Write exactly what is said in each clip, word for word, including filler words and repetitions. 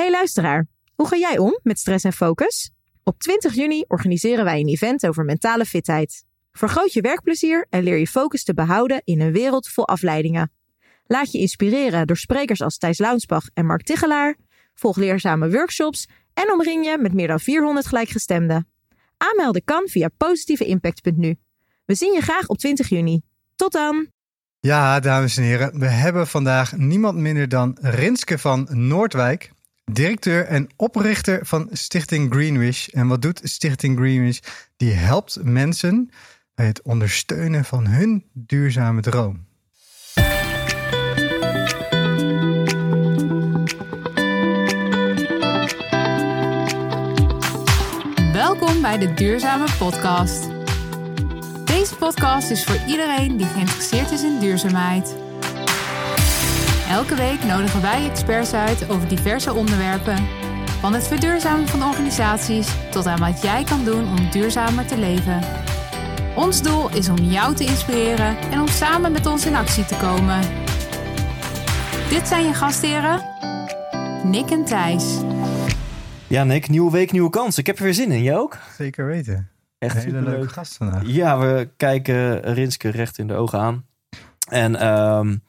Hey luisteraar, hoe ga jij om met stress en focus? Op twintig juni organiseren wij een event over mentale fitheid. Vergroot je werkplezier en leer je focus te behouden in een wereld vol afleidingen. Laat je inspireren door sprekers als Thijs Launsbach en Mark Tichelaar. Volg leerzame workshops en omring je met meer dan vierhonderd gelijkgestemden. Aanmelden kan via positieve impact punt nu. We zien je graag op twintig juni. Tot dan! Ja, dames en heren, we hebben vandaag niemand minder dan Rinske van Noordwijk, directeur en oprichter van Stichting Greenwish. En wat doet Stichting Greenwish? Die helpt mensen bij het ondersteunen van hun duurzame droom. Welkom bij de Duurzame Podcast. Deze podcast is voor iedereen die geïnteresseerd is in duurzaamheid. Elke week nodigen wij experts uit over diverse onderwerpen. Van het verduurzamen van organisaties tot aan wat jij kan doen om duurzamer te leven. Ons doel is om jou te inspireren en om samen met ons in actie te komen. Dit zijn je gastheren, Nick en Thijs. Ja, Nick, nieuwe week, nieuwe kans. Ik heb er weer zin in. Jij ook? Zeker weten. Echt een hele superleuk. leuke gast vandaag. Ja, we kijken Rinske recht in de ogen aan. En um,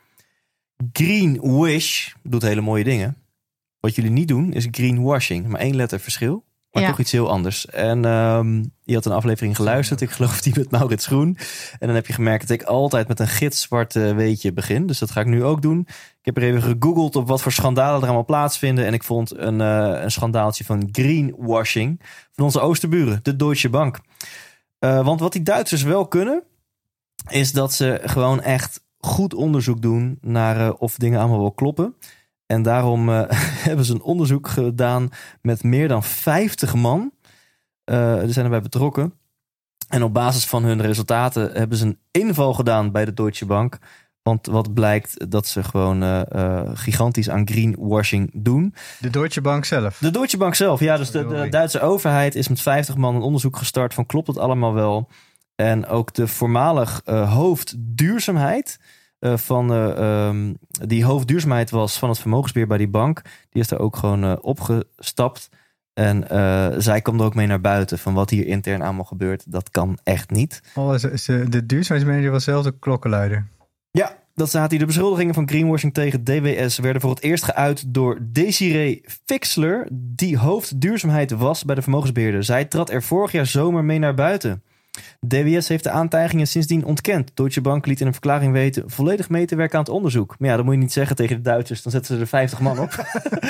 Greenwish doet hele mooie dingen. Wat jullie niet doen is greenwashing. Maar één letter verschil. Maar ja. Toch iets heel anders. En um, je had een aflevering geluisterd. Ik geloof die met Maurits Groen. En dan heb je gemerkt dat ik altijd met een gitzwart uh, weetje begin. Dus dat ga ik nu ook doen. Ik heb er even gegoogeld op wat voor schandalen er allemaal plaatsvinden. En ik vond een, uh, een schandaaltje van greenwashing van onze oosterburen, de Deutsche Bank. Uh, want wat die Duitsers wel kunnen, is dat ze gewoon echt goed onderzoek doen naar uh, of dingen allemaal wel kloppen. En daarom uh, hebben ze een onderzoek gedaan met meer dan vijftig man. Uh, die zijn erbij betrokken. En op basis van hun resultaten hebben ze een inval gedaan bij de Deutsche Bank. Want wat blijkt dat ze gewoon uh, uh, gigantisch aan greenwashing doen. De Deutsche Bank zelf? De Deutsche Bank zelf, ja. Dus de, de Duitse overheid is met vijftig man een onderzoek gestart van klopt het allemaal wel. En ook de voormalig uh, hoofd duurzaamheid... Uh, van uh, um, die hoofdduurzaamheid was van het vermogensbeheer bij die bank. Die is daar ook gewoon uh, opgestapt. En uh, zij kwam er ook mee naar buiten van wat hier intern allemaal gebeurt. Dat kan echt niet. Oh, is, is, de duurzaamheidsmanager was zelfs een klokkenluider. Ja, dat staat hier. De beschuldigingen van greenwashing tegen D W S werden voor het eerst geuit door Desiree Fixler, die hoofdduurzaamheid was bij de vermogensbeheerder. Zij trad er vorig jaar zomer mee naar buiten. D W S heeft de aantijgingen sindsdien ontkend. Deutsche Bank liet in een verklaring weten volledig mee te werken aan het onderzoek. Maar ja, dat moet je niet zeggen tegen de Duitsers. Dan zetten ze er vijftig man op.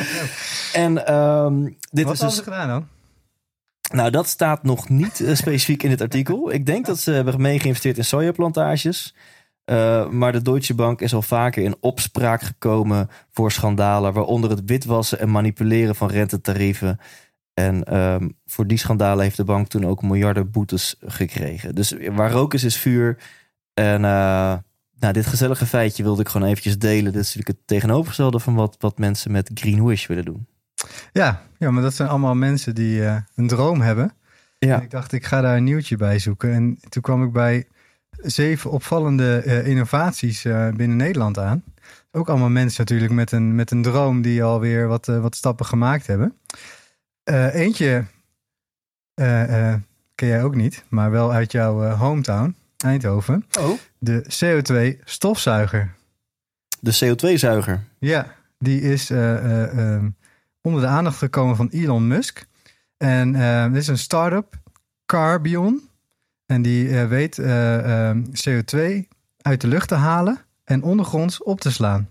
en um, dit Wat is hebben dus... ze gedaan dan? Nou, dat staat nog niet uh, specifiek in dit artikel. Ik denk dat ze hebben mee geïnvesteerd in sojaplantages. Uh, maar de Deutsche Bank is al vaker in opspraak gekomen voor schandalen, waaronder het witwassen en manipuleren van rentetarieven. En um, voor die schandalen heeft de bank toen ook miljarden boetes gekregen. Dus waar rook is, is vuur. En uh, nou, dit gezellige feitje wilde ik gewoon eventjes delen. Dit is natuurlijk het tegenovergestelde van wat, wat mensen met Greenwish willen doen. Ja, ja, maar dat zijn allemaal mensen die uh, een droom hebben. Ja. En ik dacht, ik ga daar een nieuwtje bij zoeken. En toen kwam ik bij zeven opvallende uh, innovaties uh, binnen Nederland aan. Ook allemaal mensen natuurlijk met een, met een droom die alweer wat, uh, wat stappen gemaakt hebben. Uh, eentje uh, uh, ken jij ook niet, maar wel uit jouw uh, hometown, Eindhoven. Oh. De C O twee stofzuiger. De C O twee zuiger? Ja, die is uh, uh, uh, onder de aandacht gekomen van Elon Musk. En uh, dit is een start-up, Carbion. En die uh, weet uh, uh, C O twee uit de lucht te halen en ondergronds op te slaan.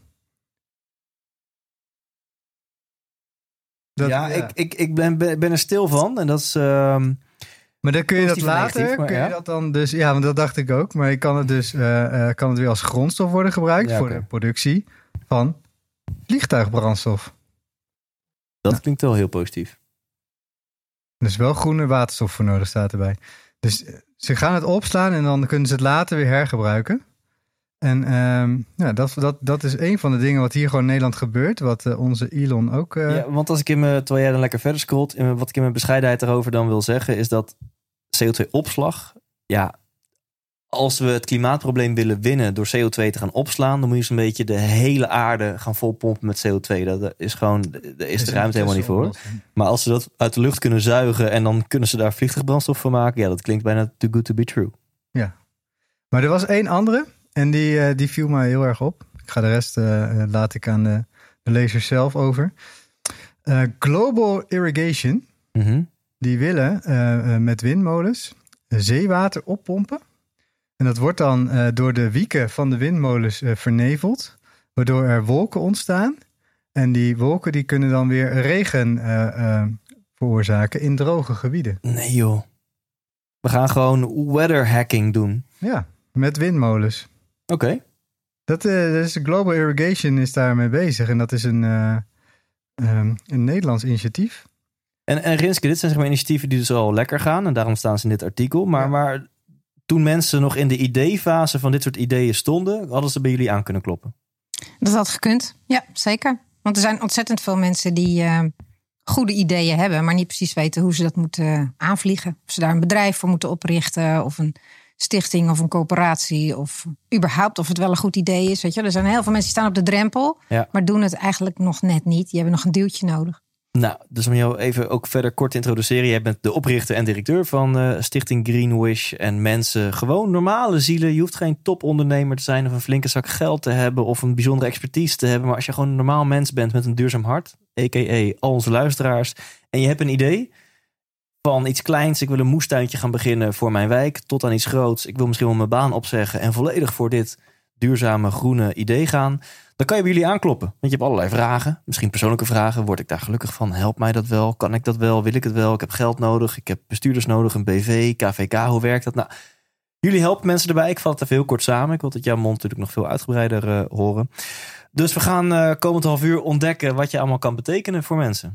Dat, ja, ja, ik, ik, ik ben, ben er stil van. En dat is. Uh, maar dan kun je dat later. Negatief, maar, kun je ja. dat dan dus. Ja, want dat dacht ik ook. Maar je kan het dus uh, uh, kan het weer als grondstof worden gebruikt ja, voor okay. de productie van vliegtuigbrandstof. Dat nou. Klinkt wel heel positief. Dus wel groene waterstof voor nodig staat erbij. Dus ze gaan het opslaan en dan kunnen ze het later weer hergebruiken. En um, ja, dat, dat, dat is een van de dingen wat hier gewoon in Nederland gebeurt. Wat uh, onze Elon ook... Uh... Ja, want als ik in me, terwijl jij dan lekker verder scrolt, in me, wat ik in mijn bescheidenheid erover dan wil zeggen, is dat C O twee opslag, ja, als we het klimaatprobleem willen winnen door C O twee te gaan opslaan, dan moet je zo'n beetje de hele aarde gaan volpompen met C O twee. Dat is gewoon, daar is de ruimte helemaal niet voor. Maar als ze dat uit de lucht kunnen zuigen en dan kunnen ze daar vliegtuigbrandstof van maken, ja, dat klinkt bijna too good to be true. Ja, maar er was één andere en die, uh, die viel mij heel erg op. Ik ga de rest uh, laat ik aan de, de lezers zelf over. Uh, Global Irrigation, mm-hmm. die willen uh, uh, met windmolens zeewater oppompen. En dat wordt dan uh, door de wieken van de windmolens uh, verneveld, waardoor er wolken ontstaan. En die wolken die kunnen dan weer regen uh, uh, veroorzaken in droge gebieden. Nee joh. We gaan gewoon weather hacking doen. Ja, met windmolens. Oké. Okay. Dat uh, dus Global Irrigation is daarmee bezig. En dat is een, uh, um, een Nederlands initiatief. En, en Rinske, dit zijn zeg maar initiatieven die dus al lekker gaan. En daarom staan ze in dit artikel. Maar, ja. maar toen mensen nog in de ideefase van dit soort ideeën stonden, hadden ze bij jullie aan kunnen kloppen? Dat had gekund, ja, zeker. Want er zijn ontzettend veel mensen die uh, goede ideeën hebben, maar niet precies weten hoe ze dat moeten aanvliegen. Of ze daar een bedrijf voor moeten oprichten, of een stichting of een coöperatie, of überhaupt of het wel een goed idee is. Weet je? Er zijn heel veel mensen die staan op de drempel, ja. maar doen het eigenlijk nog net niet. Die hebben nog een duwtje nodig. Nou, dus om jou even ook verder kort te introduceren. Jij bent de oprichter en directeur van uh, Stichting Green Wish. En mensen, gewoon normale zielen. Je hoeft geen topondernemer te zijn of een flinke zak geld te hebben of een bijzondere expertise te hebben. Maar als je gewoon een normaal mens bent met een duurzaam hart, a k a al onze luisteraars, en je hebt een idee van iets kleins. Ik wil een moestuintje gaan beginnen voor mijn wijk, tot aan iets groots. Ik wil misschien wel mijn baan opzeggen en volledig voor dit duurzame groene idee gaan. Dan kan je bij jullie aankloppen. Want je hebt allerlei vragen. Misschien persoonlijke vragen. Word ik daar gelukkig van? Help mij dat wel? Kan ik dat wel? Wil ik het wel? Ik heb geld nodig. Ik heb bestuurders nodig. Een B V, K V K. Hoe werkt dat? Nou, jullie helpen mensen erbij. Ik vat het even heel kort samen. Ik wil het jouw mond natuurlijk nog veel uitgebreider uh, horen. Dus we gaan uh, komend half uur ontdekken wat je allemaal kan betekenen voor mensen.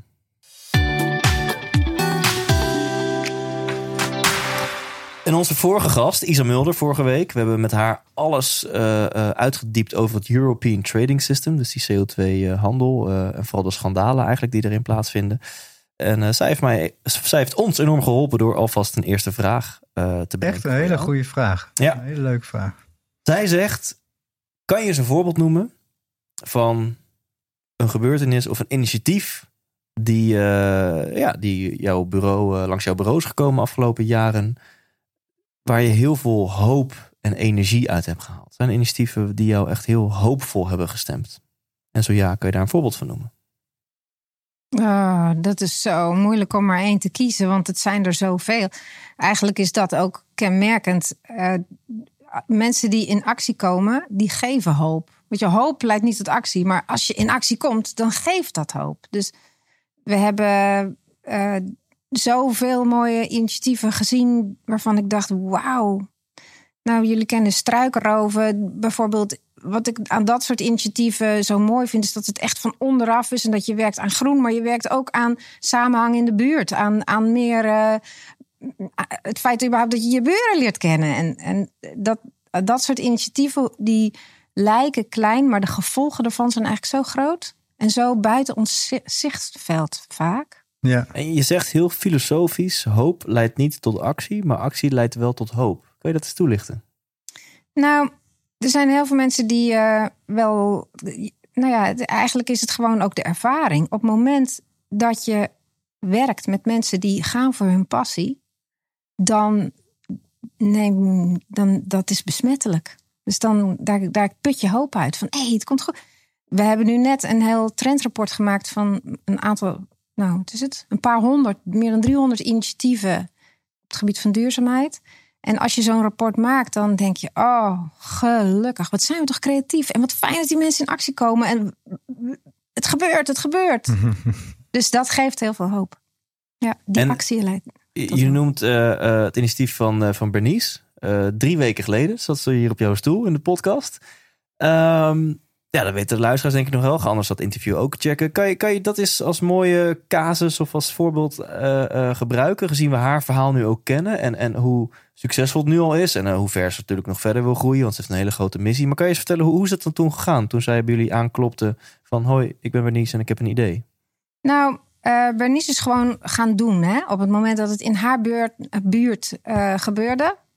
En onze vorige gast, Isa Mulder, vorige week. We hebben met haar alles uh, uh, uitgediept over het European Trading System. Dus die C O twee handel. Uh, en vooral de schandalen eigenlijk die erin plaatsvinden. En uh, zij, heeft mij, zij heeft ons enorm geholpen door alvast een eerste vraag uh, te bedenken. Echt een hele goede vraag. Ja. Een hele leuke vraag. Zij zegt, kan je eens een voorbeeld noemen van een gebeurtenis of een initiatief die, uh, ja, die jouw bureau, uh, langs jouw bureau is gekomen afgelopen jaren, waar je heel veel hoop en energie uit hebt gehaald? Zijn initiatieven die jou echt heel hoopvol hebben gestemd? En zo ja, kan je daar een voorbeeld van noemen? Oh, dat is zo moeilijk om maar één te kiezen, want het zijn er zoveel. Eigenlijk is dat ook kenmerkend. Uh, mensen die in actie komen, die geven hoop. Want je, hoop leidt niet tot actie, maar als je in actie komt, dan geeft dat hoop. Dus we hebben Uh, zoveel mooie initiatieven gezien waarvan ik dacht, wauw. Nou, jullie kennen struikenroven. Bijvoorbeeld, wat ik aan dat soort initiatieven zo mooi vind, is dat het echt van onderaf is en dat je werkt aan groen, maar je werkt ook aan samenhang in de buurt. Aan, aan meer uh, het feit überhaupt dat je je buren leert kennen. En, en dat, dat soort initiatieven die lijken klein, maar de gevolgen ervan zijn eigenlijk zo groot en zo buiten ons zichtveld vaak. Ja. En je zegt heel filosofisch, hoop leidt niet tot actie, maar actie leidt wel tot hoop. Kun je dat eens toelichten? Nou, er zijn heel veel mensen die uh, wel, nou ja, eigenlijk is het gewoon ook de ervaring. Op het moment dat je werkt met mensen die gaan voor hun passie, dan, nee, dan dat is besmettelijk. Dus dan daar, daar put je hoop uit van, hé, hey, het komt goed. We hebben nu net een heel trendrapport gemaakt van een aantal, nou, wat is het? Een paar honderd, meer dan driehonderd initiatieven op het gebied van duurzaamheid. En als je zo'n rapport maakt, dan denk je, oh, gelukkig, wat zijn we toch creatief. En wat fijn dat die mensen in actie komen. En het gebeurt, het gebeurt. Dus dat geeft heel veel hoop. Ja, die en actie leidt. Je noemt uh, uh, het initiatief van, uh, van Bernice. Uh, drie weken geleden zat ze hier op jouw stoel in de podcast. Um, Ja, dat weten de luisteraars denk ik nog wel. Ga anders dat interview ook checken. Kan je, kan je dat eens als mooie casus of als voorbeeld uh, uh, gebruiken? Gezien we haar verhaal nu ook kennen. En, en hoe succesvol het nu al is. En uh, hoe ver ze natuurlijk nog verder wil groeien. Want ze heeft een hele grote missie. Maar kan je eens vertellen, hoe, hoe is dat dan toen gegaan? Toen zij bij jullie aanklopte van, hoi, ik ben Bernice en ik heb een idee. Nou, uh, Bernice is gewoon gaan doen. Hè? Op het moment dat het in haar buurt, buurt uh, gebeurde.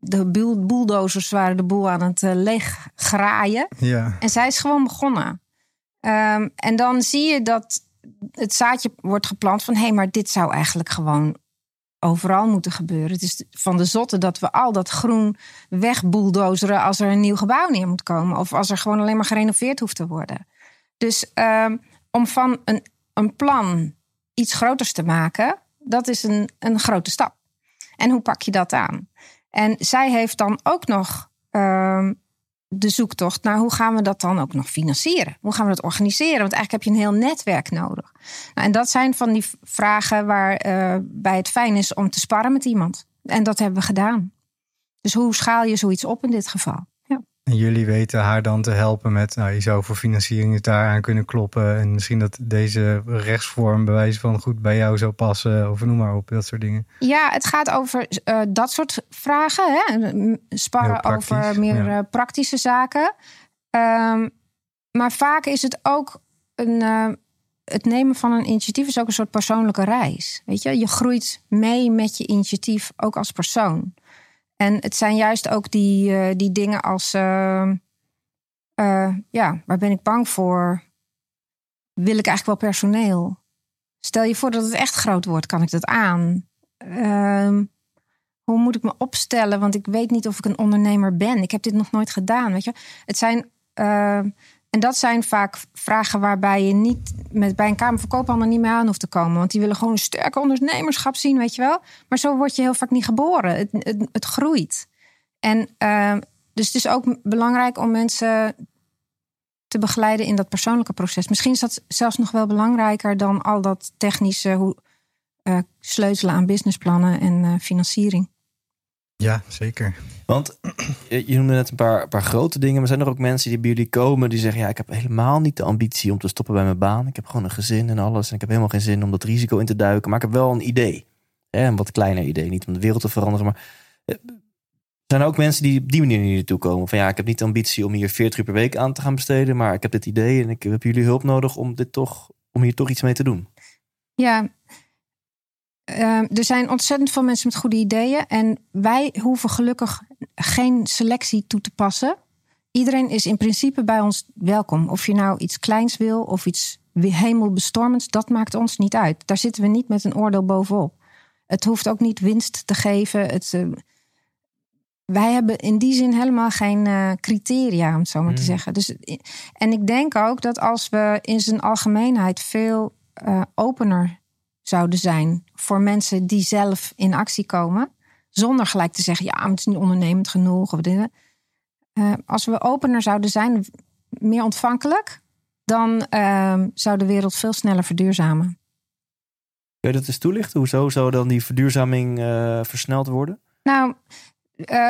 de bulldozers waren de boel aan het uh, leeggraaien. Ja. En zij is gewoon begonnen. Um, en dan zie je dat het zaadje wordt geplant van... hé, hey, maar dit zou eigenlijk gewoon overal moeten gebeuren. Het is van de zotte dat we al dat groen wegbulldozeren... als er een nieuw gebouw neer moet komen. Of als er gewoon alleen maar gerenoveerd hoeft te worden. Dus um, om van een, een plan iets groters te maken... dat is een, een grote stap. En hoe pak je dat aan? En zij heeft dan ook nog um, de zoektocht naar... hoe gaan we dat dan ook nog financieren? Hoe gaan we dat organiseren? Want eigenlijk heb je een heel netwerk nodig. Nou, en dat zijn van die vragen waarbij uh, het fijn is om te sparren met iemand. En dat hebben we gedaan. Dus hoe schaal je zoiets op in dit geval? Ja. En jullie weten haar dan te helpen met... nou, je zou voor financiering daaraan kunnen kloppen... en misschien dat deze rechtsvorm bij wijze van goed bij jou zou passen... of noem maar op, dat soort dingen. Ja, het gaat over uh, dat soort vragen. Hè? Sparren over meer ja. uh, praktische zaken. Um, maar vaak is het ook... een uh, het nemen van een initiatief is ook een soort persoonlijke reis. Weet je, je groeit mee met je initiatief, ook als persoon. En het zijn juist ook die, uh, die dingen als... Uh, uh, ja, waar ben ik bang voor? Wil ik eigenlijk wel personeel? Stel je voor dat het echt groot wordt, kan ik dat aan? Uh, hoe moet ik me opstellen? Want ik weet niet of ik een ondernemer ben. Ik heb dit nog nooit gedaan, weet je. Het zijn... Uh, en dat zijn vaak vragen waarbij je niet met, bij een Kamer van Koophandel niet meer aan hoeft te komen. Want die willen gewoon een sterke ondernemerschap zien, weet je wel. Maar zo word je heel vaak niet geboren. Het, het, het groeit. En uh, dus het is ook belangrijk om mensen te begeleiden in dat persoonlijke proces. Misschien is dat zelfs nog wel belangrijker dan al dat technische hoe, uh, sleutelen aan businessplannen en uh, financiering. Ja, zeker. Want je noemde net een paar, een paar grote dingen. Maar zijn er ook mensen die bij jullie komen die zeggen... ja, ik heb helemaal niet de ambitie om te stoppen bij mijn baan. Ik heb gewoon een gezin en alles. En ik heb helemaal geen zin om dat risico in te duiken. Maar ik heb wel een idee. Hè, een wat kleiner idee. Niet om de wereld te veranderen. Maar zijn er ook mensen die op die manier naar jullie toe komen? Van ja, ik heb niet de ambitie om hier veertig uur per week aan te gaan besteden. Maar ik heb dit idee en ik heb jullie hulp nodig om, dit toch, om hier toch iets mee te doen. Ja, Uh, er zijn ontzettend veel mensen met goede ideeën. En wij hoeven gelukkig geen selectie toe te passen. Iedereen is in principe bij ons welkom. Of je nou iets kleins wil of iets hemelbestormends, dat maakt ons niet uit. Daar zitten we niet met een oordeel bovenop. Het hoeft ook niet winst te geven. Het, uh, wij hebben in die zin helemaal geen uh, criteria, om het zo maar mm. te zeggen. Dus, en ik denk ook dat als we in zijn algemeenheid veel uh, opener zouden zijn voor mensen die zelf in actie komen, zonder gelijk te zeggen, ja, maar het is niet ondernemend genoeg of dingen. Uh, als we opener zouden zijn, meer ontvankelijk, dan uh, zou de wereld veel sneller verduurzamen. Kun je dat eens toelichten? Hoezo zou dan die verduurzaming uh, versneld worden? Nou, uh,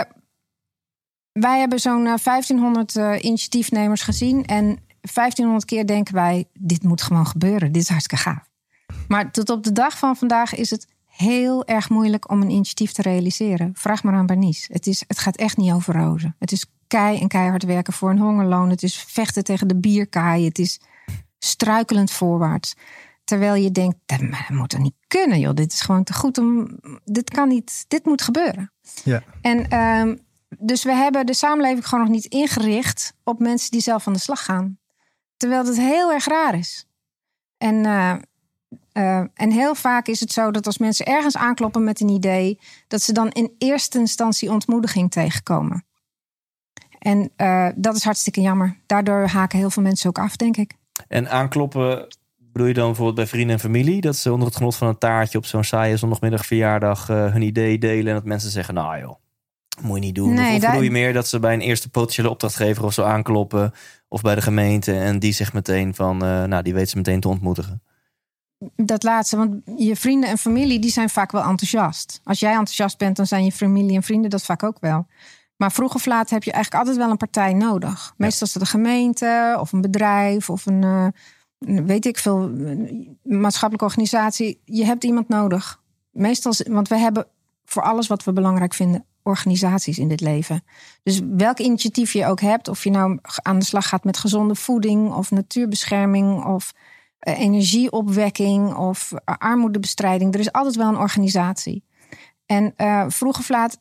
wij hebben zo'n uh, vijftienhonderd uh, initiatiefnemers gezien en vijftienhonderd keer denken wij, dit moet gewoon gebeuren, dit is hartstikke gaaf. Maar tot op de dag van vandaag is het heel erg moeilijk om een initiatief te realiseren. Vraag maar aan Bernice. Het, is, het gaat echt niet over rozen. Het is kei en keihard werken voor een hongerloon. Het is vechten tegen de bierkaai. Het is struikelend voorwaarts. Terwijl je denkt, dat moet er niet kunnen, joh. Dit is gewoon te goed om... Dit kan niet, dit moet gebeuren. Ja. En um, dus we hebben de samenleving gewoon nog niet ingericht op mensen die zelf aan de slag gaan. Terwijl dat heel erg raar is. En... Uh, Uh, en heel vaak is het zo dat als mensen ergens aankloppen met een idee, dat ze dan in eerste instantie ontmoediging tegenkomen. En uh, dat is hartstikke jammer. Daardoor haken heel veel mensen ook af, denk ik. En aankloppen bedoel je dan bijvoorbeeld bij vrienden en familie? Dat ze onder het genot van een taartje op zo'n saaie zondagmiddag verjaardag uh, hun idee delen en dat mensen zeggen, nou joh, moet je niet doen. Nee, of daar... bedoel je meer dat ze bij een eerste potentiële opdrachtgever of zo aankloppen of bij de gemeente en die zegt meteen van, uh, nou die weet ze meteen te ontmoedigen? Dat laatste, want je vrienden en familie die zijn vaak wel enthousiast. Als jij enthousiast bent, dan zijn je familie en vrienden dat vaak ook wel. Maar vroeg of laat heb je eigenlijk altijd wel een partij nodig. Meestal is het een gemeente of een bedrijf of een, uh, weet ik veel, een maatschappelijke organisatie. Je hebt iemand nodig. Meestal, want we hebben voor alles wat we belangrijk vinden organisaties in dit leven. Dus welk initiatief je ook hebt, of je nou aan de slag gaat met gezonde voeding of natuurbescherming of energieopwekking of armoedebestrijding. Er is altijd wel een organisatie. En uh, vroeg of laat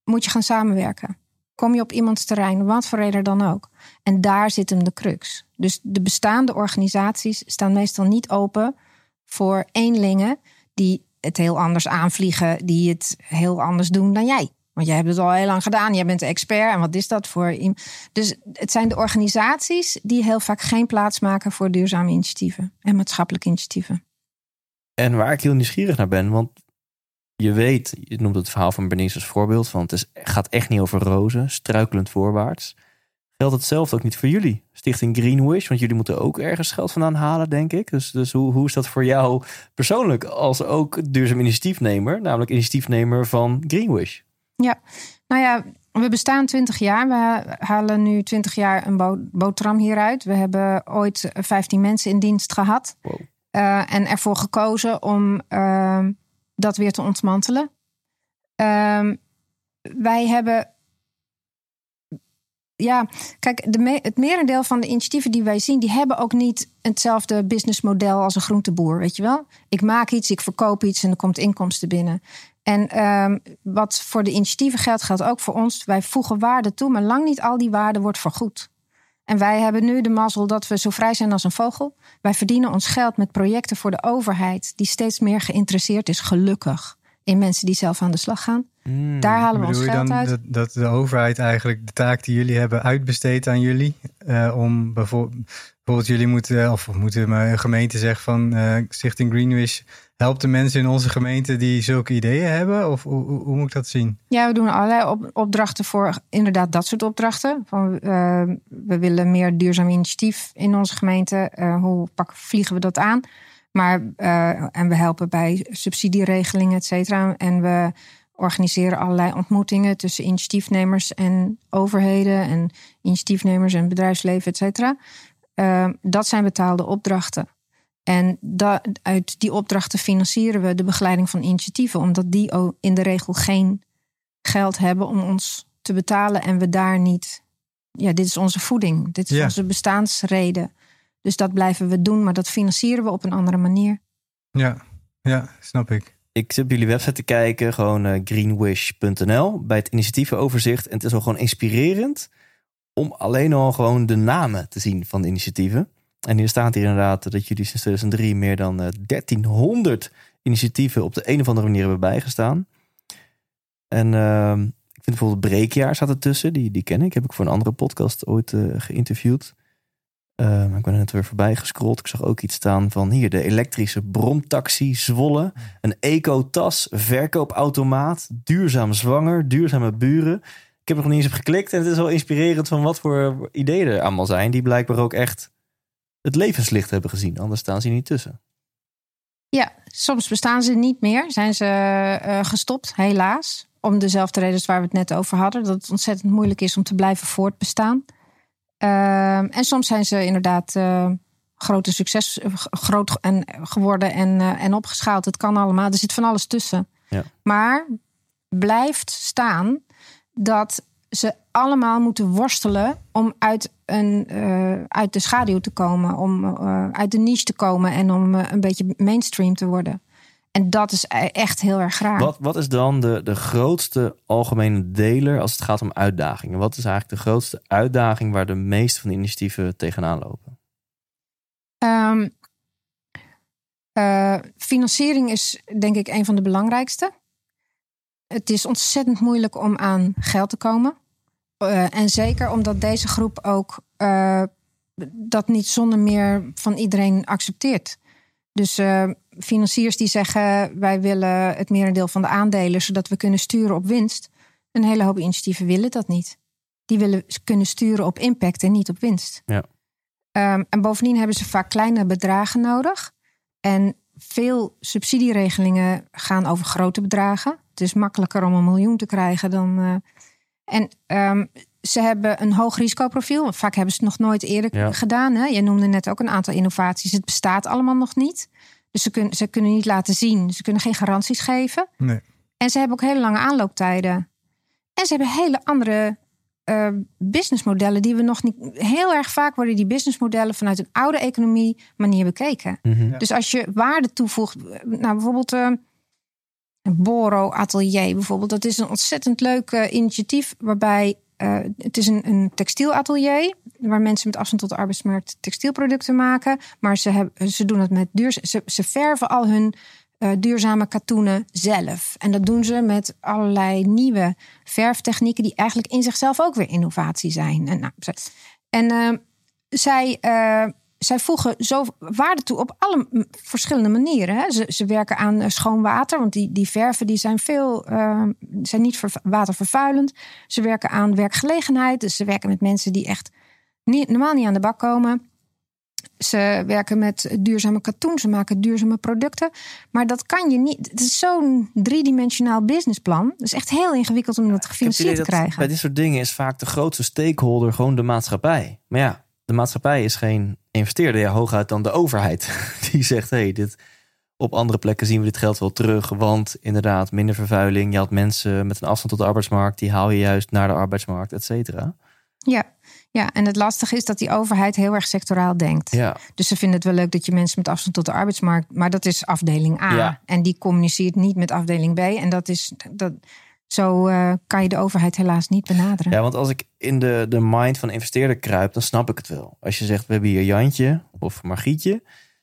moet je gaan samenwerken. Kom je op iemands terrein, wat voor reden dan ook. En daar zit hem de crux. Dus de bestaande organisaties staan meestal niet open voor eenlingen die het heel anders aanvliegen, die het heel anders doen dan jij. Want jij hebt het al heel lang gedaan, jij bent de expert. En wat is dat voor iemand? Dus het zijn de organisaties die heel vaak geen plaats maken voor duurzame initiatieven en maatschappelijke initiatieven. En waar ik heel nieuwsgierig naar ben, want je weet, je noemt het verhaal van Bernice als voorbeeld van het is, gaat echt niet over rozen, struikelend voorwaarts. Geldt hetzelfde ook niet voor jullie? Stichting Greenwish, want jullie moeten ook ergens geld vandaan halen, denk ik. Dus, dus hoe, hoe is dat voor jou persoonlijk als ook duurzaam initiatiefnemer, namelijk initiatiefnemer van Greenwish? Ja, nou ja, we bestaan twintig jaar. We halen nu twintig jaar een bo- boterham hieruit. We hebben ooit vijftien mensen in dienst gehad. Wow. Uh, en ervoor gekozen om uh, dat weer te ontmantelen. Uh, wij hebben... Ja, kijk, de me- het merendeel van de initiatieven die wij zien, die hebben ook niet hetzelfde businessmodel als een groenteboer, weet je wel? Ik maak iets, ik verkoop iets en er komt inkomsten binnen. En um, wat voor de initiatieven geldt, geldt ook voor ons. Wij voegen waarde toe, maar lang niet al die waarde wordt vergoed. En wij hebben nu de mazzel dat we zo vrij zijn als een vogel. Wij verdienen ons geld met projecten voor de overheid, die steeds meer geïnteresseerd is, gelukkig, in mensen die zelf aan de slag gaan. Hmm, Daar halen we ons geld dan uit. Dat, dat de overheid eigenlijk de taak die jullie hebben uitbesteedt aan jullie? Uh, om bijvoorbeeld, bijvoorbeeld jullie moeten, of moeten een gemeente zeggen van uh, Stichting Greenwish helpt de mensen in onze gemeente die zulke ideeën hebben? Of hoe, hoe, hoe moet ik dat zien? Ja, we doen allerlei op, opdrachten voor inderdaad dat soort opdrachten. Van, uh, we willen meer duurzaam initiatief in onze gemeente. Uh, hoe pakken, vliegen we dat aan? Maar, uh, en we helpen bij subsidieregelingen, et cetera. En we organiseren allerlei ontmoetingen tussen initiatiefnemers en overheden en initiatiefnemers en bedrijfsleven, et cetera. Uh, dat zijn betaalde opdrachten. En da- uit die opdrachten financieren we de begeleiding van initiatieven, omdat die in de regel geen geld hebben om ons te betalen en we daar niet. Ja, dit is onze voeding, dit is ja. onze bestaansreden. Dus dat blijven we doen, maar dat financieren we op een andere manier. Ja, ja, snap ik. Ik zit op jullie website te kijken, gewoon uh, greenwish punt n l, bij het initiatievenoverzicht. En het is al gewoon inspirerend om alleen al gewoon de namen te zien van de initiatieven. En hier staat hier inderdaad dat jullie sinds tweeduizend drie meer dan uh, dertienhonderd initiatieven op de een of andere manier hebben bijgestaan. En uh, ik vind bijvoorbeeld Breekjaar staat ertussen, die, die ken ik. Heb ik voor een andere podcast ooit uh, geïnterviewd. Uh, ik ben er net weer voorbij gescrolld. Ik zag ook iets staan van hier de elektrische bromtaxi Zwolle. Een eco-tas, verkoopautomaat, duurzaam zwanger, duurzame buren. Ik heb er nog niet eens op geklikt en het is wel inspirerend van wat voor ideeën er allemaal zijn. Die blijkbaar ook echt het levenslicht hebben gezien. Anders staan ze hier niet tussen. Ja, soms bestaan ze niet meer. Zijn ze uh, gestopt, helaas. Om dezelfde redenen waar we het net over hadden. Dat het ontzettend moeilijk is om te blijven voortbestaan. Uh, en soms zijn ze inderdaad uh, grote succes uh, groot en, geworden en, uh, en opgeschaald. Het kan allemaal. Er zit van alles tussen. Ja. Maar blijft staan dat ze allemaal moeten worstelen om uit, een, uh, uit de schaduw te komen. Om uh, uit de niche te komen en om uh, een beetje mainstream te worden. En dat is echt heel erg raar. Wat, wat is dan de, de grootste algemene deler als het gaat om uitdagingen? Wat is eigenlijk de grootste uitdaging waar de meeste van de initiatieven tegenaan lopen? Um, uh, financiering is denk ik een van de belangrijkste. Het is ontzettend moeilijk om aan geld te komen. Uh, en zeker omdat deze groep ook uh, dat niet zonder meer van iedereen accepteert. Dus uh, financiers die zeggen wij willen het merendeel van de aandelen zodat we kunnen sturen op winst. Een hele hoop initiatieven willen dat niet. Die willen kunnen sturen op impact en niet op winst. Ja. Um, en bovendien hebben ze vaak kleine bedragen nodig. En veel subsidieregelingen gaan over grote bedragen. Het is makkelijker om een miljoen te krijgen dan. Uh, en um, ze hebben een hoog risicoprofiel. Vaak hebben ze het nog nooit eerder ja. gedaan. Hè? Je noemde net ook een aantal innovaties. Het bestaat allemaal nog niet. Dus ze, kun, ze kunnen niet laten zien. Ze kunnen geen garanties geven. Nee. En ze hebben ook hele lange aanlooptijden. En ze hebben hele andere uh, businessmodellen die we nog niet. Heel erg vaak worden die businessmodellen vanuit een oude economie manier bekeken. Mm-hmm. Ja. Dus als je waarde toevoegt, nou bijvoorbeeld. Uh, Boro Atelier bijvoorbeeld. Dat is een ontzettend leuk uh, initiatief waarbij uh, het is een, een textielatelier waar mensen met afstand tot de arbeidsmarkt textielproducten maken. Maar ze, hebben, ze doen het met duur, ze, ze verven al hun uh, duurzame katoenen zelf. En dat doen ze met allerlei nieuwe verftechnieken die eigenlijk in zichzelf ook weer innovatie zijn. En, nou, en uh, zij... Uh, Zij voegen zo waarde toe op alle verschillende manieren. Hè. Ze, ze werken aan schoon water, want die, die verven die zijn, veel, uh, zijn niet ver, watervervuilend. Ze werken aan werkgelegenheid. Dus ze werken met mensen die echt niet, normaal niet aan de bak komen. Ze werken met duurzame katoen. Ze maken duurzame producten. Maar dat kan je niet. Het is zo'n driedimensionaal businessplan. Het is echt heel ingewikkeld om dat gefinancierd te krijgen. Bij dit soort dingen is vaak de grootste stakeholder gewoon de maatschappij. Maar ja, de maatschappij is geen investeerder, ja, hooguit dan de overheid. Die zegt, hé, hey, dit op andere plekken zien we dit geld wel terug. Want inderdaad, minder vervuiling. Je had mensen met een afstand tot de arbeidsmarkt. Die haal je juist naar de arbeidsmarkt, et cetera. Ja, ja, en het lastige is dat die overheid heel erg sectoraal denkt. Ja. Dus ze vinden het wel leuk dat je mensen met afstand tot de arbeidsmarkt... maar dat is afdeling A. Ja. En die communiceert niet met afdeling B. En dat is... dat. Zo uh, kan je de overheid helaas niet benaderen. Ja, want als ik in de, de mind van investeerder kruip, dan snap ik het wel. Als je zegt, we hebben hier Jantje of Margrietje.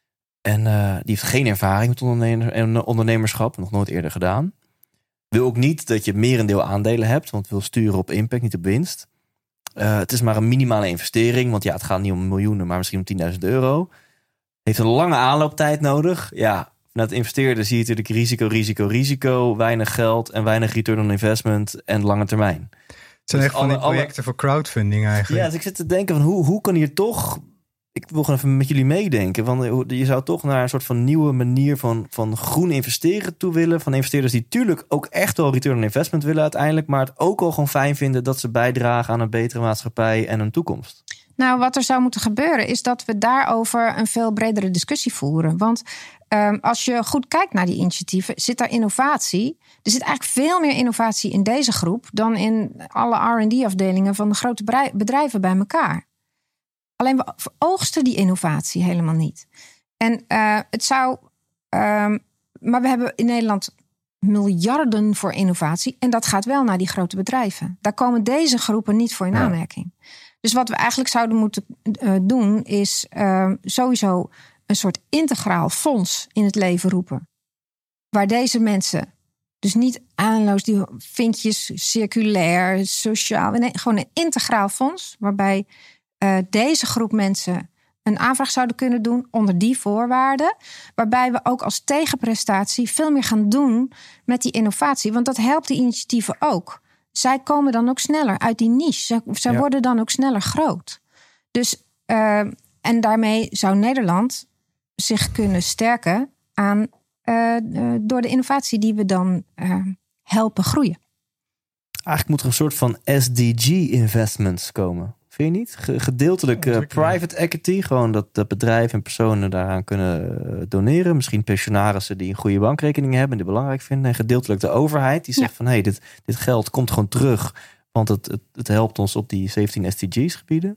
En uh, die heeft geen ervaring met ondernemer, ondernemerschap. Nog nooit eerder gedaan. Wil ook niet dat je merendeel aandelen hebt. Want wil sturen op impact, niet op winst. Uh, het is maar een minimale investering. Want ja, het gaat niet om miljoenen, maar misschien om tienduizend euro. Heeft een lange aanlooptijd nodig. Ja, vanuit investeerder zie je natuurlijk risico, risico, risico. Weinig geld en weinig return on investment en lange termijn. Het zijn dus echt van die alle, projecten alle... voor crowdfunding eigenlijk. Ja, dus ik zit te denken van hoe, hoe kan hier toch... Ik wil gewoon even met jullie meedenken. Want je zou toch naar een soort van nieuwe manier van, van groen investeren toe willen. Van investeerders die natuurlijk ook echt wel return on investment willen uiteindelijk. Maar het ook al gewoon fijn vinden dat ze bijdragen aan een betere maatschappij en een toekomst. Nou, wat er zou moeten gebeuren is dat we daarover een veel bredere discussie voeren. Want um, als je goed kijkt naar die initiatieven, zit daar innovatie. Er zit eigenlijk veel meer innovatie in deze groep dan in alle R en D-afdelingen van de grote bedrijven bij elkaar. Alleen we oogsten die innovatie helemaal niet. En uh, het zou... Um, maar we hebben in Nederland miljarden voor innovatie. En dat gaat wel naar die grote bedrijven. Daar komen deze groepen niet voor in aanmerking. Ja. Dus wat we eigenlijk zouden moeten uh, doen is uh, sowieso een soort integraal fonds in het leven roepen. Waar deze mensen dus niet aanloos die vinkjes circulair, sociaal. Nee, gewoon een integraal fonds waarbij uh, deze groep mensen een aanvraag zouden kunnen doen onder die voorwaarden. Waarbij we ook als tegenprestatie veel meer gaan doen met die innovatie. Want dat helpt die initiatieven ook. Zij komen dan ook sneller uit die niche. Zij, zij ja. worden dan ook sneller groot. Dus, uh, en daarmee zou Nederland zich kunnen sterken aan uh, uh, door de innovatie die we dan uh, helpen groeien. Eigenlijk moet er een soort van S D G-investments komen. Vind je niet? Gedeeltelijk uh, private equity. Gewoon dat, dat bedrijven en personen daaraan kunnen doneren. Misschien pensionarissen die een goede bankrekening hebben en die belangrijk vinden. En gedeeltelijk de overheid die zegt ja. van hé, hey, dit, dit geld komt gewoon terug. Want het, het, het helpt ons op die zeventien S D G's gebieden.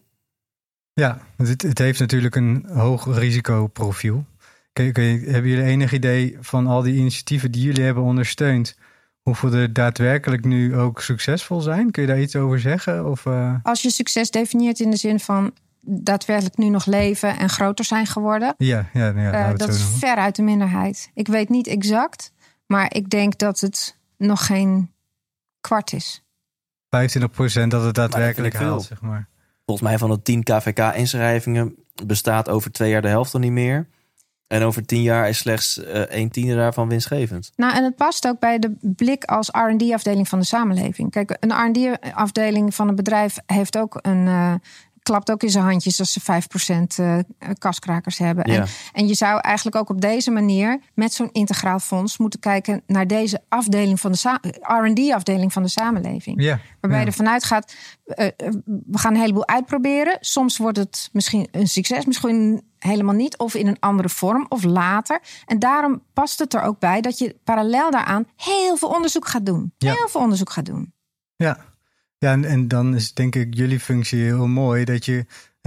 Ja, het, het heeft natuurlijk een hoog risicoprofiel. Kun, kun je, hebben jullie enig idee van al die initiatieven die jullie hebben ondersteund, hoeveel er daadwerkelijk nu ook succesvol zijn? Kun je daar iets over zeggen? Of, uh... Als je succes definieert in de zin van daadwerkelijk nu nog leven en groter zijn geworden. Ja, ja, ja uh, dat is ver uit de minderheid. Ik weet niet exact, maar ik denk dat het nog geen kwart is. vijfentwintig procent dat het daadwerkelijk haalt, zeg maar. Volgens mij van de tien K V K-inschrijvingen bestaat over twee jaar de helft nog niet meer. En over tien jaar is slechts uh, een tiende daarvan winstgevend. Nou, en het past ook bij de blik als R en D-afdeling van de samenleving. Kijk, een R en D-afdeling van een bedrijf heeft ook een, uh, klapt ook in zijn handjes als ze vijf procent uh, kaskrakers hebben. Ja. En, en je zou eigenlijk ook op deze manier met zo'n integraal fonds moeten kijken naar deze afdeling van de sa- R en D-afdeling van de samenleving. Ja. Waarbij ja. je ervan uitgaat, uh, we gaan een heleboel uitproberen. Soms wordt het misschien een succes, misschien helemaal niet, of in een andere vorm, of later. En daarom past het er ook bij dat je parallel daaraan heel veel onderzoek gaat doen. Ja. Heel veel onderzoek gaat doen. Ja, ja en, en dan is denk ik jullie functie heel mooi, dat je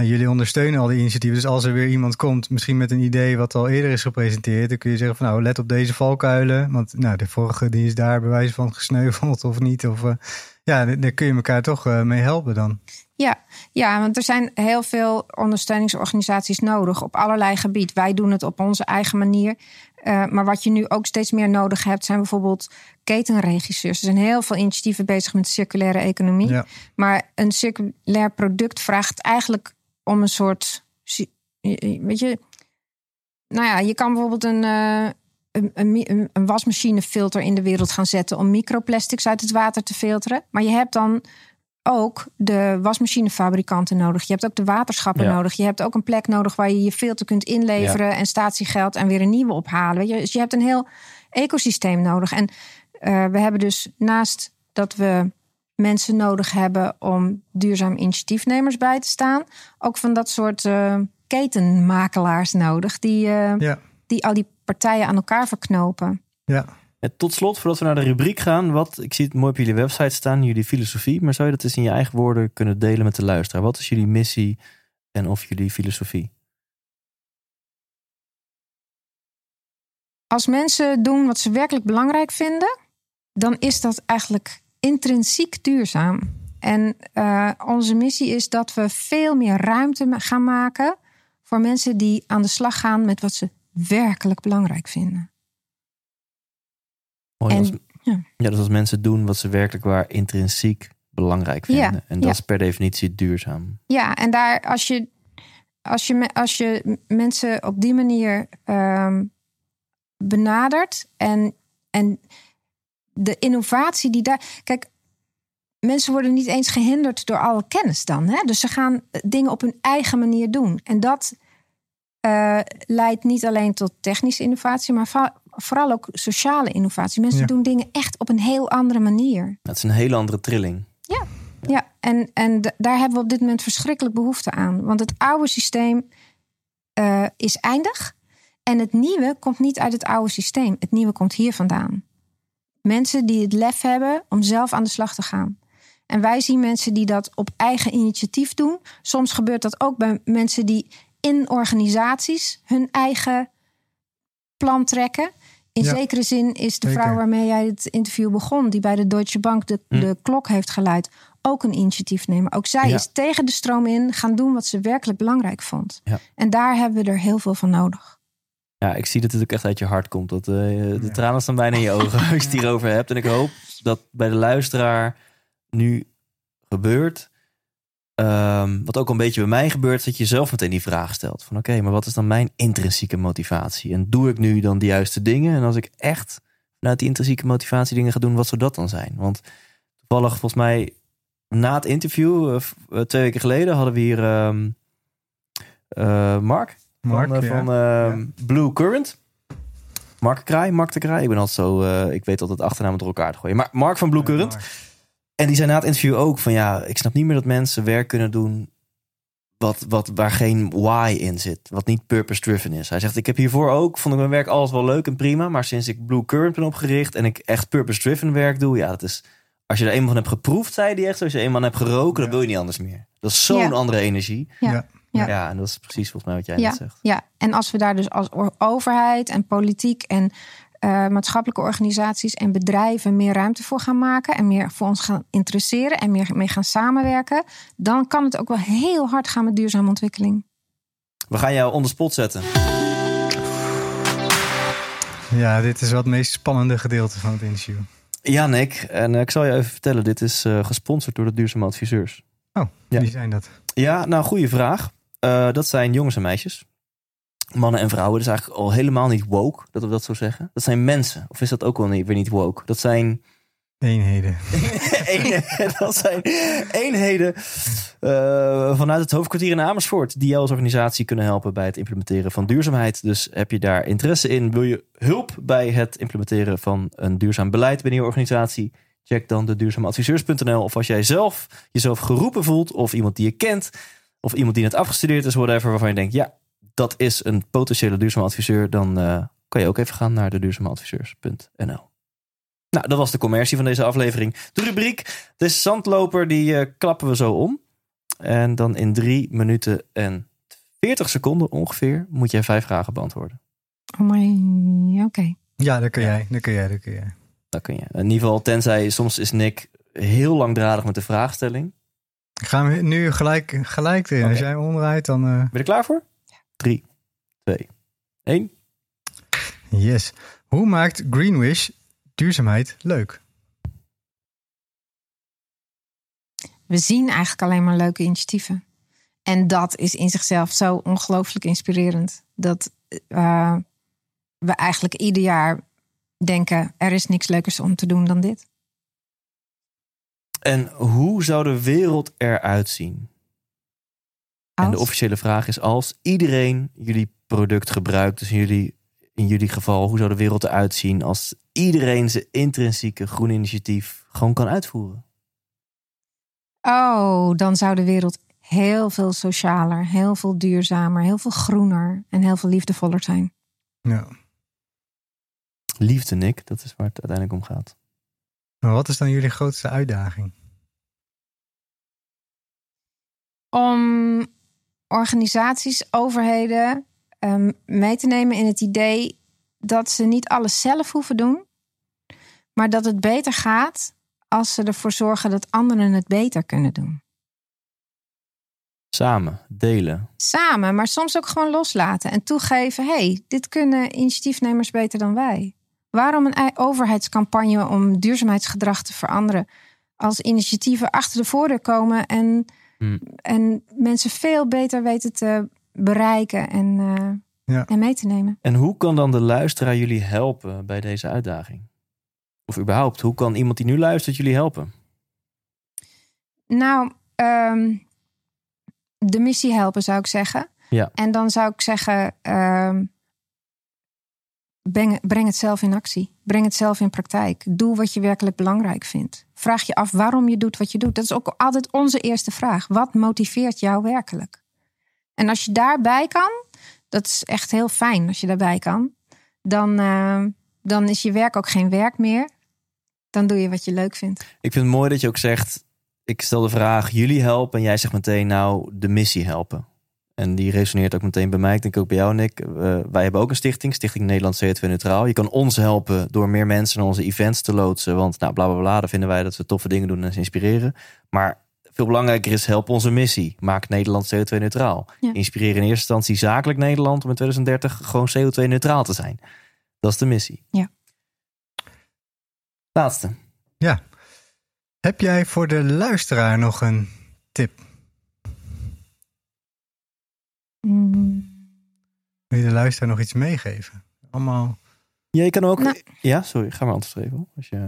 En jullie ondersteunen al die initiatieven. Dus als er weer iemand komt, misschien met een idee wat al eerder is gepresenteerd, dan kun je zeggen van nou, let op deze valkuilen. Want nou, de vorige die is daar bij wijze van gesneuveld of niet. Of uh, ja, daar kun je elkaar toch uh, mee helpen dan. Ja, ja, want er zijn heel veel ondersteuningsorganisaties nodig op allerlei gebieden. Wij doen het op onze eigen manier. Uh, maar wat je nu ook steeds meer nodig hebt, zijn bijvoorbeeld ketenregisseurs. Er zijn heel veel initiatieven bezig met circulaire economie. Ja. Maar een circulair product vraagt eigenlijk om een soort, weet je, nou ja, je kan bijvoorbeeld een, uh, een, een, een wasmachinefilter in de wereld gaan zetten om microplastics uit het water te filteren. Maar je hebt dan ook de wasmachinefabrikanten nodig. Je hebt ook de waterschappen ja. nodig. Je hebt ook een plek nodig waar je je filter kunt inleveren ja. en statiegeld en weer een nieuwe ophalen. Weet je? Dus je hebt een heel ecosysteem nodig. En uh, we hebben dus naast dat we mensen nodig hebben om duurzaam initiatiefnemers bij te staan, ook van dat soort uh, ketenmakelaars nodig die, uh, ja. die al die partijen aan elkaar verknopen. Ja. En tot slot, voordat we naar de rubriek gaan, wat, ik zie het mooi op jullie website staan, jullie filosofie, maar zou je dat eens in je eigen woorden kunnen delen met de luisteraar? Wat is jullie missie en of jullie filosofie? Als mensen doen wat ze werkelijk belangrijk vinden, dan is dat eigenlijk intrinsiek duurzaam. En uh, onze missie is dat we veel meer ruimte gaan maken voor mensen die aan de slag gaan met wat ze werkelijk belangrijk vinden. Mooi, en, als, ja. ja, dus als mensen doen wat ze werkelijk waar intrinsiek belangrijk vinden. Ja, en dat ja. is per definitie duurzaam. Ja, en daar als je, als je, als je mensen op die manier um, benadert en, en de innovatie die daar. Kijk, mensen worden niet eens gehinderd door alle kennis dan. Hè? Dus ze gaan dingen op hun eigen manier doen. En dat uh, leidt niet alleen tot technische innovatie, maar va- vooral ook sociale innovatie. Mensen ja. doen dingen echt op een heel andere manier. Dat is een hele andere trilling. Ja, ja. ja. En, en d- daar hebben we op dit moment verschrikkelijk behoefte aan. Want het oude systeem uh, is eindig. En het nieuwe komt niet uit het oude systeem. Het nieuwe komt hier vandaan. Mensen die het lef hebben om zelf aan de slag te gaan. En wij zien mensen die dat op eigen initiatief doen. Soms gebeurt dat ook bij mensen die in organisaties hun eigen plan trekken. In ja. zekere zin is de Zeker. vrouw waarmee jij het interview begon, die bij de Deutsche Bank de, hm. de klok heeft geluid, ook een initiatiefnemer. Ook zij ja. is tegen de stroom in gaan doen wat ze werkelijk belangrijk vond. Ja. En daar hebben we er heel veel van nodig. Ja, ik zie dat het ook echt uit je hart komt. Dat, uh, de ja. tranen staan bijna in je ogen als je het hierover hebt. En ik hoop dat bij de luisteraar nu gebeurt. Um, wat ook een beetje bij mij gebeurt, dat je zelf meteen die vraag stelt. Van oké, okay, maar wat is dan mijn intrinsieke motivatie? En doe ik nu dan de juiste dingen? En als ik echt vanuit die intrinsieke motivatie dingen ga doen, wat zou dat dan zijn? Want toevallig volgens mij na het interview, uh, twee weken geleden, hadden we hier um, uh, Mark. Mark, van, uh, ja. van uh, ja. Blue Current. Mark Kraai, Mark de Kraai. Ik ben altijd zo, uh, ik weet altijd achternamen door elkaar te gooien. Maar Mark van Blue Current. Ja, en die zei na het interview ook van ja, ik snap niet meer dat mensen werk kunnen doen wat, wat, waar geen why in zit. Wat niet purpose-driven is. Hij zegt, ik heb hiervoor ook, vond ik mijn werk alles wel leuk en prima. Maar sinds ik Blue Current ben opgericht en ik echt purpose-driven werk doe. Ja, dat is, als je er eenmaal van hebt geproefd, zei hij echt. Als je er eenmaal hebt geroken, ja. dan wil je niet anders meer. Dat is zo'n ja. andere energie. Ja. Ja. Ja. ja, en dat is precies volgens mij wat jij ja. net zegt. Ja, en als we daar dus als overheid en politiek en uh, maatschappelijke organisaties en bedrijven meer ruimte voor gaan maken en meer voor ons gaan interesseren en meer mee gaan samenwerken, dan kan het ook wel heel hard gaan met duurzame ontwikkeling. We gaan jou on the spot zetten. Ja, dit is wel het meest spannende gedeelte van het interview. Ja, Nick. En uh, ik zal je even vertellen, dit is uh, gesponsord door de Duurzame Adviseurs. Oh, ja. Wie zijn dat? Ja, nou, goede vraag. Uh, dat zijn jongens en meisjes. Mannen en vrouwen. Dat is eigenlijk al helemaal niet woke, dat we dat zo zeggen. Dat zijn mensen. Of is dat ook wel niet, weer niet woke? Dat zijn eenheden. eenheden. Dat zijn eenheden uh, vanuit het hoofdkwartier in Amersfoort, die jou als organisatie kunnen helpen bij het implementeren van duurzaamheid. Dus heb je daar interesse in? Wil je hulp bij het implementeren van een duurzaam beleid binnen je organisatie? Check dan de duurzameadviseurs punt n l. Of als jij zelf jezelf geroepen voelt, of iemand die je kent, of iemand die net afgestudeerd is, whatever, waarvan je denkt, ja, dat is een potentiële duurzame adviseur, dan uh, kan je ook even gaan naar de duurzameadviseurs punt n l. Nou, dat was de commercie van deze aflevering. De rubriek, de zandloper, die uh, klappen we zo om. En dan in drie minuten en veertig seconden ongeveer moet jij vijf vragen beantwoorden. Oh my, oké. Okay. Ja, dat kun jij, dat kun jij, dat kun jij. Dat kun je. In ieder geval, tenzij soms is Nick heel langdradig met de vraagstelling. Gaan we nu gelijk, gelijk erin. Okay. Als jij omdraait, dan... Uh... Ben je er klaar voor? Drie, twee, één. Yes. Hoe maakt Greenwish duurzaamheid leuk? We zien eigenlijk alleen maar leuke initiatieven. En dat is in zichzelf zo ongelooflijk inspirerend. Dat uh, we eigenlijk ieder jaar denken... er is niks leukers om te doen dan dit. En hoe zou de wereld eruit zien? Als? En de officiële vraag is: als iedereen jullie product gebruikt... dus in jullie, in jullie geval, hoe zou de wereld eruit zien... als iedereen zijn intrinsieke groene initiatief gewoon kan uitvoeren? Oh, dan zou de wereld heel veel socialer, heel veel duurzamer, heel veel groener en heel veel liefdevoller zijn. Ja. Liefde, Nick, dat is waar het uiteindelijk om gaat. Maar wat is dan jullie grootste uitdaging? Om organisaties, overheden um, mee te nemen in het idee dat ze niet alles zelf hoeven doen, maar dat het beter gaat als ze ervoor zorgen dat anderen het beter kunnen doen. Samen, delen. Samen, maar soms ook gewoon loslaten en toegeven: hé, hey, dit kunnen initiatiefnemers beter dan wij. Waarom een overheidscampagne om duurzaamheidsgedrag te veranderen als initiatieven achter de voordeur komen en, hmm. en mensen veel beter weten te bereiken en, uh, ja. en mee te nemen? En hoe kan dan de luisteraar jullie helpen bij deze uitdaging? Of überhaupt, hoe kan iemand die nu luistert jullie helpen? Nou, um, de missie helpen zou ik zeggen. Ja. En dan zou ik zeggen, um, breng, breng het zelf in actie. Breng het zelf in praktijk. Doe wat je werkelijk belangrijk vindt. Vraag je af waarom je doet wat je doet. Dat is ook altijd onze eerste vraag. Wat motiveert jou werkelijk? En als je daarbij kan, dat is echt heel fijn als je daarbij kan. Dan, uh, dan is je werk ook geen werk meer. Dan doe je wat je leuk vindt. Ik vind het mooi dat je ook zegt, ik stel de vraag, jullie helpen. En jij zegt meteen, nou, de missie helpen. En die resoneert ook meteen bij mij. Ik denk ook bij jou, Nick. Uh, wij hebben ook een stichting. Stichting Nederland C O twee Neutraal. Je kan ons helpen door meer mensen naar onze events te loodsen. Want nou, bla bla bla, dan vinden wij dat we toffe dingen doen en ze inspireren. Maar veel belangrijker is, help onze missie. Maak Nederland C O twee Neutraal. Ja. Inspireren in eerste instantie zakelijk Nederland om in twintig dertig gewoon C O twee Neutraal te zijn. Dat is de missie. Ja. Laatste. Ja. Heb jij voor de luisteraar nog een tip? Mm. Wil je de luisteraar nog iets meegeven? Allemaal. Ja, je kan ook. Nou. Ja, sorry, ga maar antwoord geven. Als je.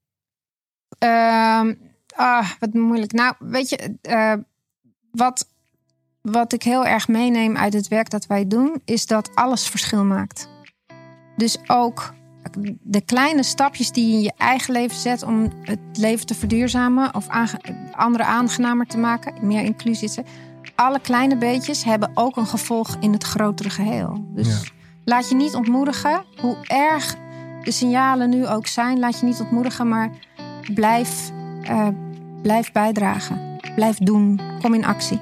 Uh, ah, wat moeilijk. Nou, weet je, uh, wat, wat ik heel erg meeneem uit het werk dat wij doen, is dat alles verschil maakt. Dus ook de kleine stapjes die je in je eigen leven zet om het leven te verduurzamen of aange- anderen aangenamer te maken, meer inclusie te alle kleine beetjes hebben ook een gevolg in het grotere geheel. Dus ja. Laat je niet ontmoedigen, hoe erg de signalen nu ook zijn, laat je niet ontmoedigen, maar blijf, uh, blijf bijdragen. Blijf doen. Kom in actie.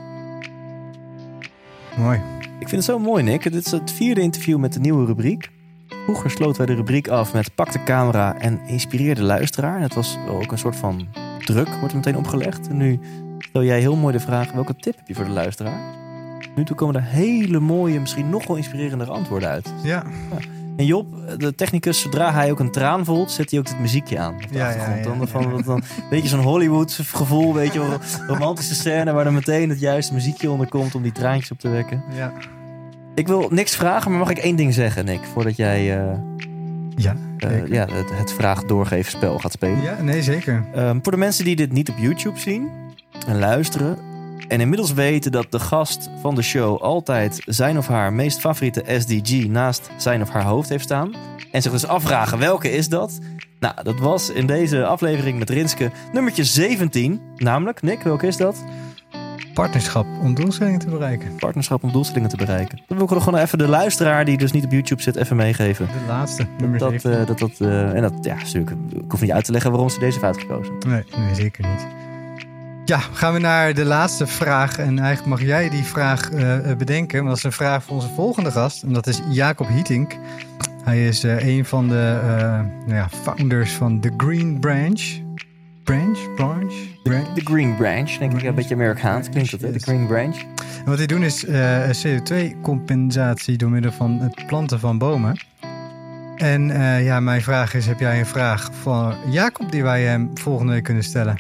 Mooi. Ik vind het zo mooi, Nick. Dit is het vierde interview met de nieuwe rubriek. Vroeger sloten wij de rubriek af met pak de camera en inspireer de luisteraar. En het was ook een soort van druk, wordt er meteen opgelegd. En nu stel jij heel mooi de vraag, welke tip heb je voor de luisteraar? Nu toe komen er hele mooie, misschien nog wel inspirerende antwoorden uit. Ja. ja. En Job, de technicus, zodra hij ook een traan voelt, zet hij ook dit muziekje aan op de ja, achtergrond. Ja, ja, dan, ja. Van, dan, een beetje zo'n Hollywood gevoel, weet je wel, romantische scène waar er meteen het juiste muziekje onder komt om die traantjes op te wekken. Ja. Ik wil niks vragen, maar mag ik één ding zeggen, Nick, voordat jij uh, ja, uh, ja, het, het vraag-doorgeven spel gaat spelen? Ja, nee, zeker. Um, voor de mensen die dit niet op YouTube zien en luisteren en inmiddels weten dat de gast van de show altijd zijn of haar meest favoriete S D G naast zijn of haar hoofd heeft staan en zich dus afvragen welke is dat? Nou, dat was in deze aflevering met Rinske nummertje zeventien, namelijk, Nick, welke is dat? Partnerschap om doelstellingen te bereiken. Partnerschap om doelstellingen te bereiken. Dan wil ik nog gewoon even de luisteraar die dus niet op YouTube zit even meegeven. De laatste, nummer dat, zeventien. Uh, dat, dat, uh, en dat, ja, natuurlijk, ik hoef niet uit te leggen waarom ze deze heeft uitgekozen. Nee, nee, zeker niet. Ja, gaan we naar de laatste vraag. En eigenlijk mag jij die vraag uh, bedenken. Want dat is een vraag voor onze volgende gast. En dat is Jacob Hietink. Hij is uh, een van de uh, nou ja, founders van The Green Branch. Branch? Branch? Branch? The Green Branch, denk Branch. ik. Een beetje Amerikaans klinkt dat, hè? The Green Branch. En wat hij doen is uh, C O twee compensatie door middel van het planten van bomen. En uh, ja, mijn vraag is, heb jij een vraag voor Jacob die wij hem volgende week kunnen stellen?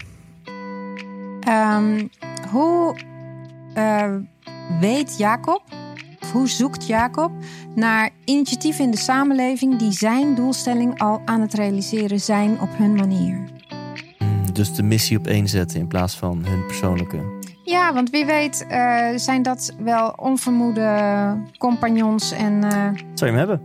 Um, hoe uh, weet Jacob, of hoe zoekt Jacob naar initiatieven in de samenleving die zijn doelstelling al aan het realiseren zijn op hun manier? Dus de missie op één zetten in plaats van hun persoonlijke. Ja, want wie weet uh, zijn dat wel onvermoede compagnons en... Uh... Zou je hem hebben?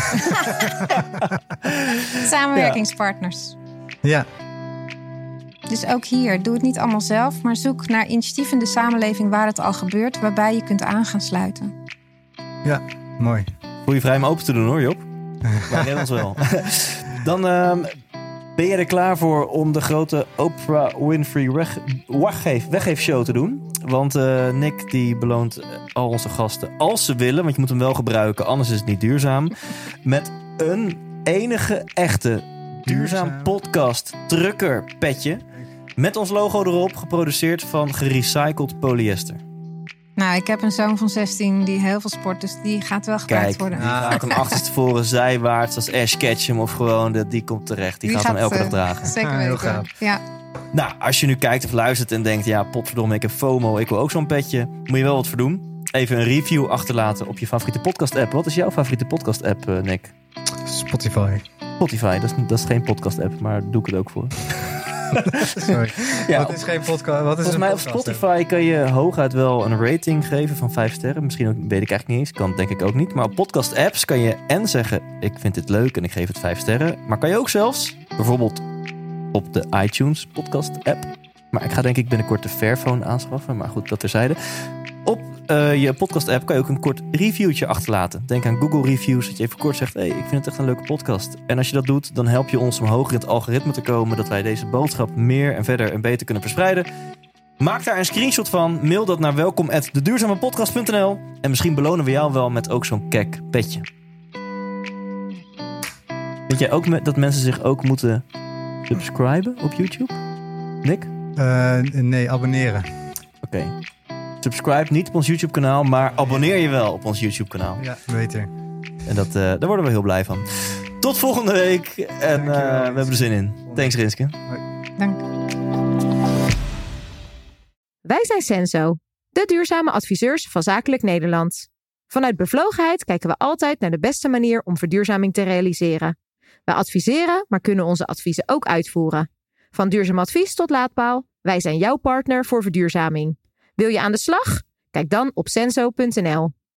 Samenwerkingspartners. Ja. Dus ook hier, doe het niet allemaal zelf, maar zoek naar initiatieven in de samenleving waar het al gebeurt, waarbij je kunt aan gaan sluiten. Ja, mooi. Voel je vrij om open te doen hoor, Job. Wij nemen ons wel. Dan uh, ben je er klaar voor om de grote Oprah Winfrey weg, weggeef, weggeefshow te doen. Want uh, Nick die beloont al onze gasten als ze willen, want je moet hem wel gebruiken, anders is het niet duurzaam. Met een enige echte duurzaam podcast trucker petje. Met ons logo erop, geproduceerd van gerecycled polyester. Nou, ik heb een zoon van zestien die heel veel sport, dus die gaat wel gebruikt Kijk, worden. Die gaat hem achterstevoren zijwaarts als Ash Ketchum of gewoon, de, die komt terecht. Die, die gaat, gaat hem elke uh, dag dragen. Zeker ah, weten. Ja. Nou, als je nu kijkt of luistert en denkt, ja, potverdomme, ik heb FOMO, ik wil ook zo'n petje. Moet je wel wat voor doen. Even een review achterlaten op je favoriete podcast app. Wat is jouw favoriete podcast app, uh, Nick? Spotify. Spotify, dat is, dat is geen podcast app, maar daar doe ik het ook voor. Sorry. Ja, wat is geen podcast? Wat is volgens mij op Spotify kan je hooguit wel een rating geven van vijf sterren. Misschien ook, weet ik eigenlijk niet eens. Kan denk ik ook niet. Maar op podcast apps kan je en zeggen, ik vind dit leuk en ik geef het vijf sterren. Maar kan je ook zelfs, bijvoorbeeld op de iTunes podcast app. Maar ik ga denk ik binnenkort de Fairphone aanschaffen. Maar goed, dat terzijde. Op uh, je podcast app kan je ook een kort reviewtje achterlaten. Denk aan Google Reviews, dat je even kort zegt, hey, ik vind het echt een leuke podcast. En als je dat doet, dan help je ons om hoger in het algoritme te komen, dat wij deze boodschap meer en verder en beter kunnen verspreiden. Maak daar een screenshot van, mail dat naar welkom at de duurzame podcast punt n l en misschien belonen we jou wel met ook zo'n kek petje. Weet jij ook dat mensen zich ook moeten subscriben op YouTube? Nick? Uh, nee, abonneren. Oké. Okay. Subscribe niet op ons YouTube-kanaal, maar abonneer je wel op ons YouTube-kanaal. Ja, beter. En dat, uh, daar worden we heel blij van. Tot volgende week. En uh, we hebben er zin in. Thanks, Rinske. Dank. Wij zijn Senso, de duurzame adviseurs van Zakelijk Nederland. Vanuit bevlogenheid kijken we altijd naar de beste manier om verduurzaming te realiseren. Wij adviseren, maar kunnen onze adviezen ook uitvoeren. Van duurzaam advies tot laadpaal, wij zijn jouw partner voor verduurzaming. Wil je aan de slag? Kijk dan op senso punt n l.